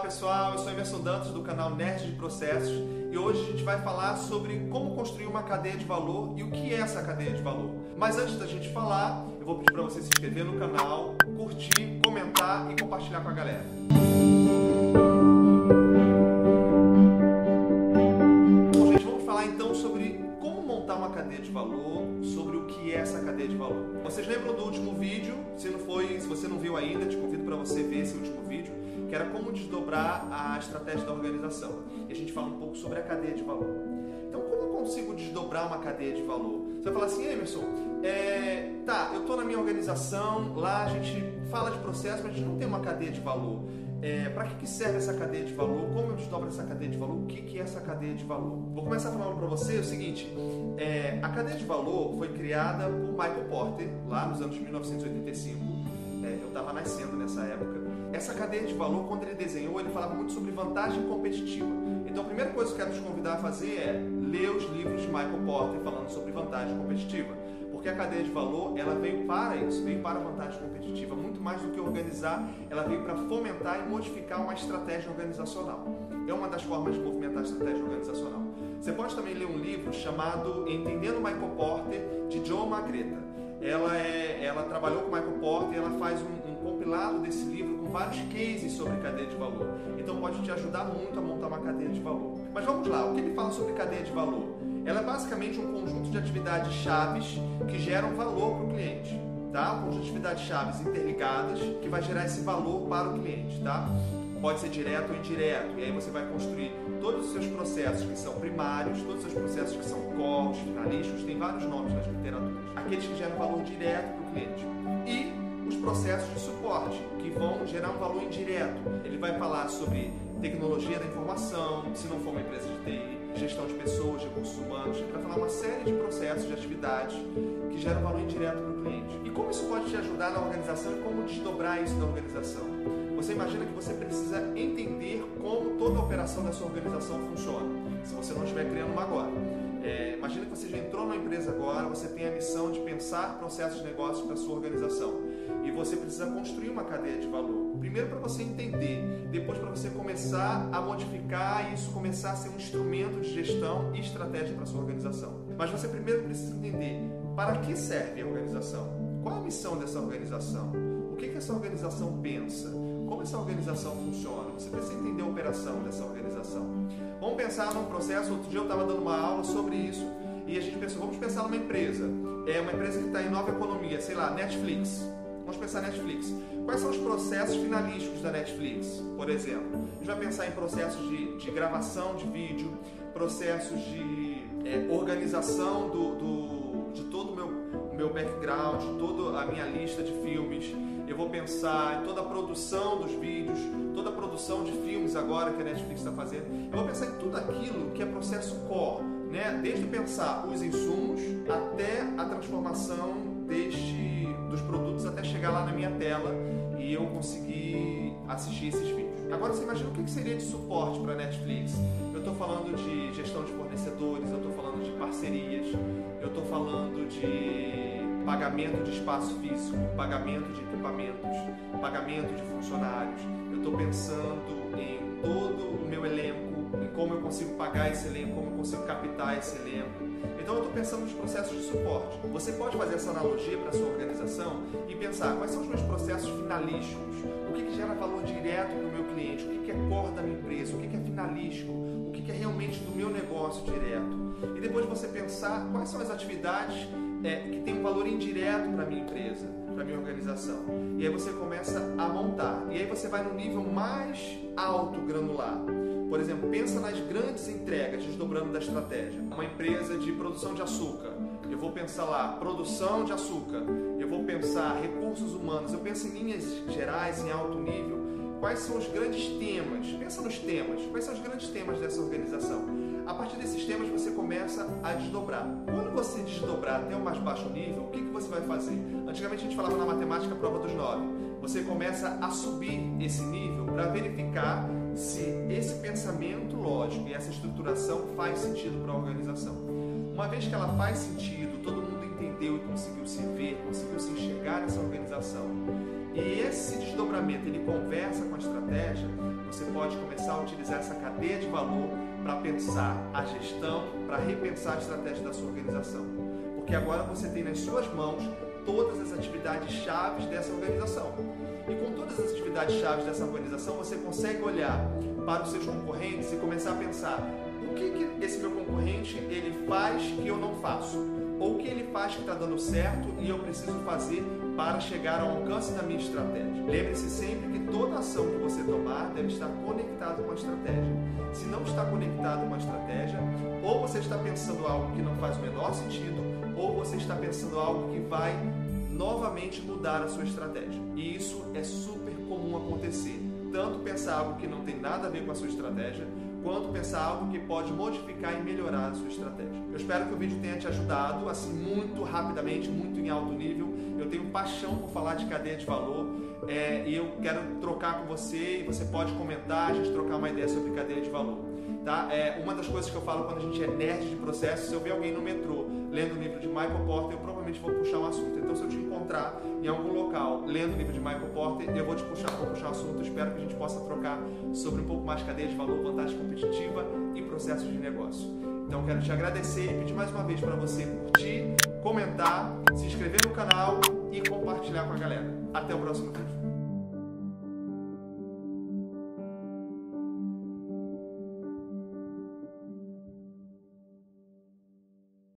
pessoal, eu sou Emerson Dantas do canal Nerd de Processos e hoje a gente vai falar sobre como construir uma cadeia de valor e o que é essa cadeia de valor. Mas antes da gente falar, eu vou pedir para você se inscrever no canal, curtir, comentar e compartilhar com a galera. Bom, gente, vamos falar então sobre como montar uma cadeia de valor, sobre o que é essa cadeia de valor. Vocês lembram do último vídeo? Se você não viu ainda, te convido para você ver esse último vídeo, que era como desdobrar a estratégia da organização. E a gente fala um pouco sobre a cadeia de valor. Então, como eu consigo desdobrar uma cadeia de valor? Você vai falar assim, Emerson, eu estou na minha organização, lá a gente fala de processo, mas a gente não tem uma cadeia de valor. Para que serve essa cadeia de valor? Como eu desdobro essa cadeia de valor? O que é essa cadeia de valor? Vou começar falando para você o seguinte, a cadeia de valor foi criada por Michael Porter, lá nos anos 1985, eu estava nascendo nessa época. Essa cadeia de valor, quando ele desenhou, ele falava muito sobre vantagem competitiva. Então a primeira coisa que eu quero te convidar a fazer é ler os livros de Michael Porter falando sobre vantagem competitiva. Porque a cadeia de valor, ela veio para isso, veio para a vantagem competitiva. Muito mais do que organizar, ela veio para fomentar e modificar uma estratégia organizacional. É uma das formas de movimentar a estratégia organizacional. Você pode também ler um livro chamado Entendendo Michael Porter, de Joe Magreta. Ela trabalhou com Michael Porter e ela faz um compilado desse livro com vários cases sobre cadeia de valor. Então pode te ajudar muito a montar uma cadeia de valor. Mas vamos lá, o que ele fala sobre cadeia de valor? Ela é basicamente um conjunto de atividades chaves que geram valor para o cliente. Tá? Um conjunto de atividades chaves interligadas que vai gerar esse valor para o cliente. Tá? Pode ser direto ou indireto. E aí você vai construir todos os seus processos que são primários, todos os seus processos que são cores, finalísticos, tem vários nomes nas literaturas. Aqueles que geram valor direto para o cliente. E os processos de suporte, que vão gerar um valor indireto. Ele vai falar sobre tecnologia da informação, se não for uma empresa de TI, gestão de pessoas, recursos humanos. Ele vai falar uma série de processos, de atividades que geram valor indireto para o cliente. E como isso pode te ajudar na organização e como desdobrar isso na organização? Você imagina que você precisa entender como toda a operação da sua organização funciona, se você não estiver criando uma agora. Imagina que você já entrou numa empresa agora, você tem a missão de pensar processos de negócio para a sua organização. E você precisa construir uma cadeia de valor. Primeiro para você entender, depois para você começar a modificar e isso começar a ser um instrumento de gestão e estratégia para a sua organização. Mas você primeiro precisa entender para que serve a organização, qual a missão dessa organização, o que essa organização pensa, como essa organização funciona. Você precisa entender a operação dessa organização. Vamos pensar num processo, outro dia eu estava dando uma aula sobre isso e a gente pensou, vamos pensar numa empresa, uma empresa que está em nova economia, sei lá, Netflix. Vamos pensar Netflix. Quais são os processos finalísticos da Netflix, por exemplo? A gente vai pensar em processos de gravação de vídeo, processos de organização de todo o meu background, toda a minha lista de filmes. Eu vou pensar em toda a produção dos vídeos, toda a produção de filmes agora que a Netflix está fazendo. Eu vou pensar em tudo aquilo que é processo core, né? Desde pensar os insumos até a transformação dos produtos até chegar lá na minha tela e eu conseguir assistir esses vídeos. Agora você imagina o que seria de suporte para a Netflix. Eu estou falando de gestão de fornecedores, eu estou falando de parcerias, eu estou falando de pagamento de espaço físico, pagamento de equipamentos, pagamento de funcionários. Eu estou pensando em todo o meu elenco, em como eu consigo pagar esse elenco, como eu consigo captar esse elenco. Então eu estou pensando nos processos de suporte. Você pode fazer essa analogia para a sua organização e pensar quais são os meus processos finalísticos, o que gera valor direto para o meu cliente, o que é core da minha empresa, o que é finalístico, o que é realmente do meu negócio direto. E depois você pensar quais são as atividades que têm um valor indireto para a minha empresa, para a minha organização. E aí você começa a montar. E aí você vai no nível mais alto granular. Por exemplo, pensa nas grandes entregas, desdobrando da estratégia. Uma empresa de produção de açúcar. Eu vou pensar lá, produção de açúcar. Eu vou pensar recursos humanos. Eu penso em linhas gerais, em alto nível. Quais são os grandes temas? Pensa nos temas. Quais são os grandes temas dessa organização? A partir desses temas você começa a desdobrar. Quando você desdobrar até o mais baixo nível, o que você vai fazer? Antigamente a gente falava na matemática prova dos 9. Você começa a subir esse nível para verificar se esse pensamento lógico e essa estruturação faz sentido para a organização. Uma vez que ela faz sentido, todo mundo entendeu e conseguiu se ver, conseguiu se enxergar nessa organização, e esse desdobramento ele conversa com a estratégia, você pode pode começar a utilizar essa cadeia de valor para pensar a gestão, para repensar a estratégia da sua organização. Porque agora você tem nas suas mãos todas as atividades chaves dessa organização. E com todas as atividades chaves dessa organização, você consegue olhar para os seus concorrentes e começar a pensar: o que esse meu concorrente ele faz que eu não faço? Ou o que ele faz que está dando certo e eu preciso fazer para chegar ao alcance da minha estratégia? Lembre-se sempre que toda ação que você tomar deve estar conectada com a estratégia. Se não está conectado com a estratégia, ou você está pensando algo que não faz o menor sentido, ou você está pensando algo que vai novamente mudar a sua estratégia. E isso é super comum acontecer. Tanto pensar algo que não tem nada a ver com a sua estratégia, quanto pensar algo que pode modificar e melhorar a sua estratégia. Eu espero que o vídeo tenha te ajudado, assim, muito rapidamente, muito em alto nível. Eu tenho paixão por falar de cadeia de valor e eu quero trocar com você, e você pode comentar, a gente trocar uma ideia sobre cadeia de valor. Tá? Uma das coisas que eu falo quando a gente é nerd de processo, se eu ver alguém no metrô lendo o livro de Michael Porter, eu provavelmente vou puxar um assunto. Então, se eu te encontrar em algum local lendo o livro de Michael Porter, eu vou puxar um assunto. Espero que a gente possa trocar sobre um pouco mais de cadeia de valor, vantagem competitiva e processos de negócio. Então, quero te agradecer e pedir mais uma vez para você curtir, comentar, se inscrever no canal e compartilhar com a galera. Até o próximo vídeo.